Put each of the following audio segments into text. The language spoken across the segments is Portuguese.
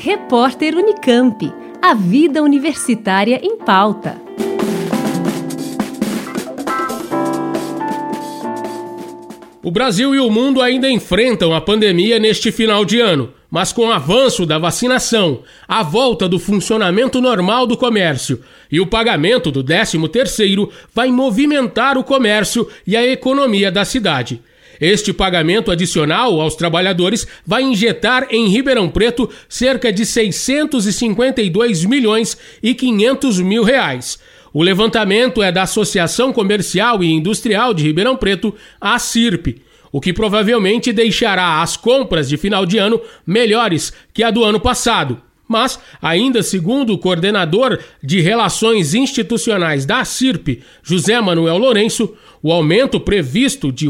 Repórter Unicamp. A vida universitária em pauta. O Brasil e o mundo ainda enfrentam a pandemia neste final de ano, mas com o avanço da vacinação, a volta do funcionamento normal do comércio e o pagamento do 13º vai movimentar o comércio e a economia da cidade. Este pagamento adicional aos trabalhadores vai injetar em Ribeirão Preto cerca de 652 milhões e 500 mil reais. O levantamento é da Associação Comercial e Industrial de Ribeirão Preto, a ACIRP, o que provavelmente deixará as compras de final de ano melhores que a do ano passado. Mas, ainda segundo o coordenador de Relações Institucionais da ACIRP, José Manuel Lourenço, o aumento previsto de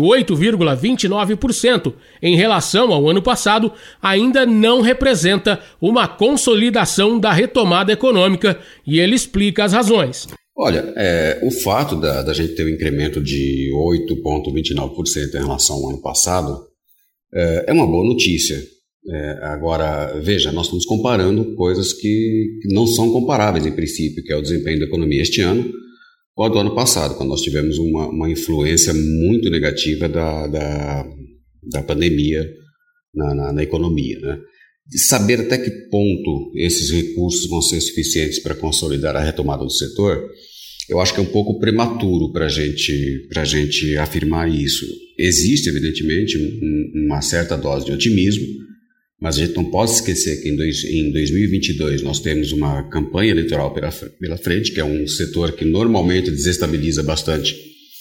8,29% em relação ao ano passado ainda não representa uma consolidação da retomada econômica e ele explica as razões. Olha, o fato da gente ter um incremento de 8,29% em relação ao ano passado é uma boa notícia. Agora, veja, nós estamos comparando coisas que não são comparáveis em princípio, que é o desempenho da economia este ano com a do ano passado, quando nós tivemos uma influência muito negativa da pandemia na economia, né? De saber até que ponto esses recursos vão ser suficientes para consolidar a retomada do setor, eu acho que é um pouco prematuro para a gente afirmar isso. Existe, evidentemente, uma certa dose de otimismo, mas a gente não pode esquecer que em 2022 nós temos uma campanha eleitoral pela frente, que é um setor que normalmente desestabiliza bastante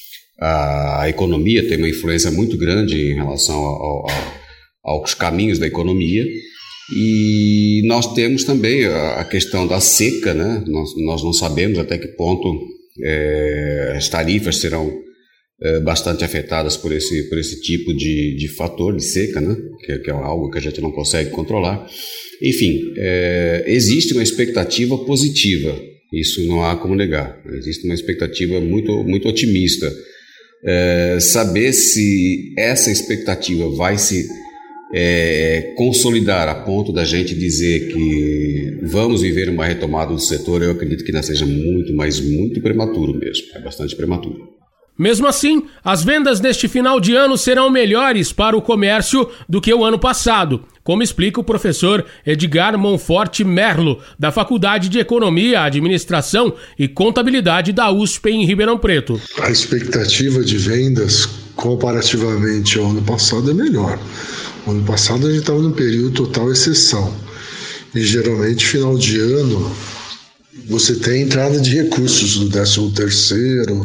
a economia, tem uma influência muito grande em relação aos caminhos da economia. E nós temos também a questão da seca, né? Nós não sabemos até que ponto as tarifas serão bastante afetadas por esse tipo de fator de seca, né? Que é algo que a gente não consegue controlar. Enfim, existe uma expectativa positiva, isso não há como negar. Existe uma expectativa muito, muito otimista. Saber se essa expectativa vai se consolidar a ponto da gente dizer que vamos viver uma retomada do setor, eu acredito que ainda seja muito, mas muito prematuro mesmo, é bastante prematuro. Mesmo assim, as vendas neste final de ano serão melhores para o comércio do que o ano passado, como explica o professor Edgar Monforte Merlo, da Faculdade de Economia, Administração e Contabilidade da USP em Ribeirão Preto. A expectativa de vendas comparativamente ao ano passado é melhor. No ano passado a gente estava num período total exceção e geralmente final de ano você tem entrada de recursos do 13º,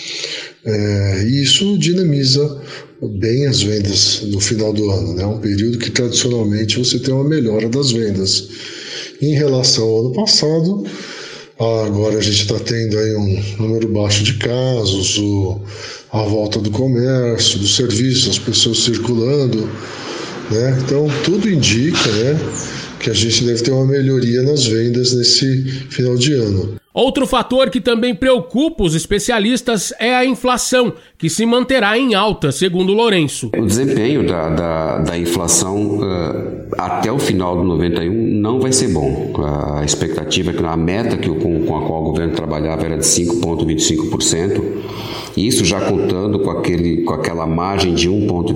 e isso dinamiza bem as vendas no final do ano, né? Um período que tradicionalmente você tem uma melhora das vendas. Em relação ao ano passado, agora a gente está tendo aí um número baixo de casos, a volta do comércio, do serviço, as pessoas circulando, né? Então tudo indica, né, que a gente deve ter uma melhoria nas vendas nesse final de ano. Outro fator que também preocupa os especialistas é a inflação, que se manterá em alta, segundo Lourenço. O desempenho da inflação até o final do 91 não vai ser bom. A expectativa é que a meta com a qual o governo trabalhava era de 5,25%, e isso já contando com aquela margem de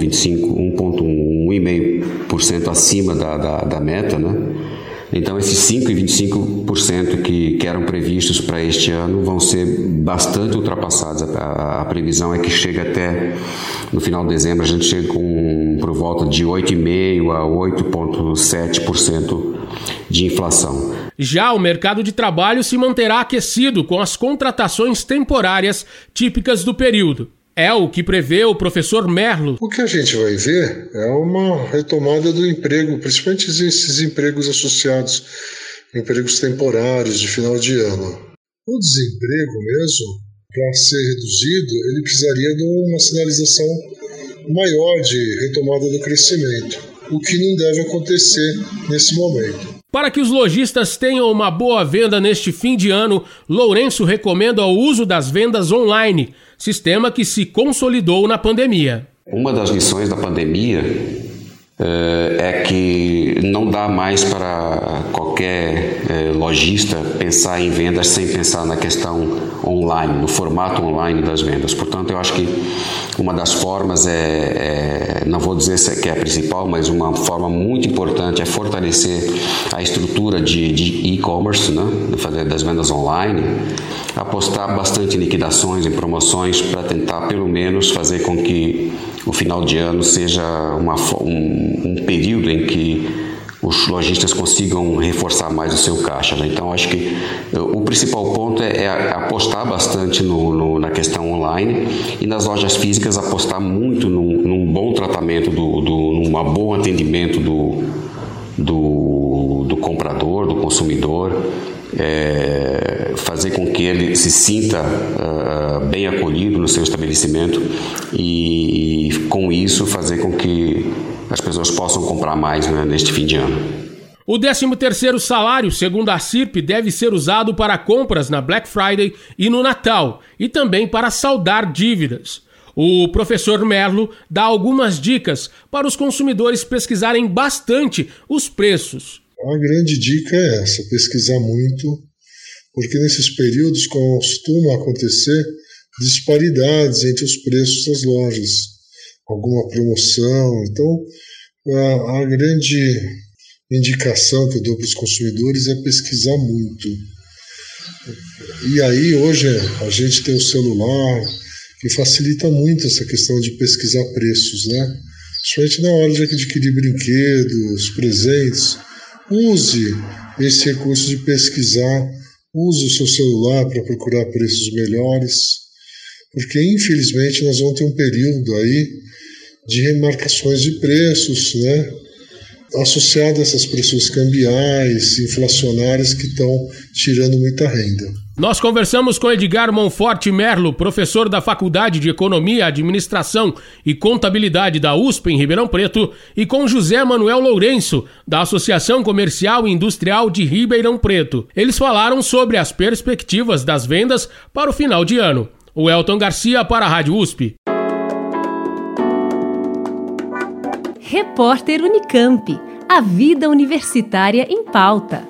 1,5% acima da meta, né? Então, esses 5,25% que eram previstos para este ano vão ser bastante ultrapassados. A previsão é que chega até, no final de dezembro, a gente chega por volta de 8,5% a 8,7% de inflação. Já o mercado de trabalho se manterá aquecido com as contratações temporárias típicas do período. É o que prevê o professor Merlo. O que a gente vai ver é uma retomada do emprego, principalmente esses empregos associados, empregos temporários de final de ano. O desemprego mesmo, para ser reduzido, ele precisaria de uma sinalização maior de retomada do crescimento, o que não deve acontecer nesse momento. Para que os lojistas tenham uma boa venda neste fim de ano, Lourenço recomenda o uso das vendas online, sistema que se consolidou na pandemia. Uma das lições da pandemia é que não dá mais para qualquer lojista pensar em vendas sem pensar na questão online, no formato online das vendas. Portanto, eu acho que uma das formas não vou dizer que é a principal, mas uma forma muito importante é fortalecer a estrutura de e-commerce, né, das vendas online, apostar bastante em liquidações, em promoções, para tentar pelo menos fazer com que o final de ano seja um período em que os lojistas consigam reforçar mais o seu caixa, né? Então, acho que o principal ponto é apostar bastante na questão online, e nas lojas físicas apostar muito num bom tratamento, num bom atendimento do comprador, do consumidor, fazer com que ele se sinta bem acolhido no seu estabelecimento e, com isso, fazer com que as pessoas possam comprar mais, né, neste fim de ano. O 13º salário, segundo a CIRP, deve ser usado para compras na Black Friday e no Natal, e também para saldar dívidas. O professor Merlo dá algumas dicas para os consumidores pesquisarem bastante os preços. A grande dica é essa, pesquisar muito, porque nesses períodos costuma acontecer disparidades entre os preços das lojas, alguma promoção. Então, a grande indicação que eu dou para os consumidores é pesquisar muito. E aí, hoje, a gente tem o celular, que facilita muito essa questão de pesquisar preços, né? Principalmente na hora de adquirir brinquedos, presentes. Use esse recurso de pesquisar, use o seu celular para procurar preços melhores, porque infelizmente nós vamos ter um período aí de remarcações de preços, né, associado a essas pressões cambiais, inflacionárias que estão tirando muita renda. Nós conversamos com Edgar Monforte Merlo, professor da Faculdade de Economia, Administração e Contabilidade da USP em Ribeirão Preto, e com José Manuel Lourenço, da Associação Comercial e Industrial de Ribeirão Preto. Eles falaram sobre as perspectivas das vendas para o final de ano. O Elton Garcia para a Rádio USP. Repórter Unicamp. A vida universitária em pauta.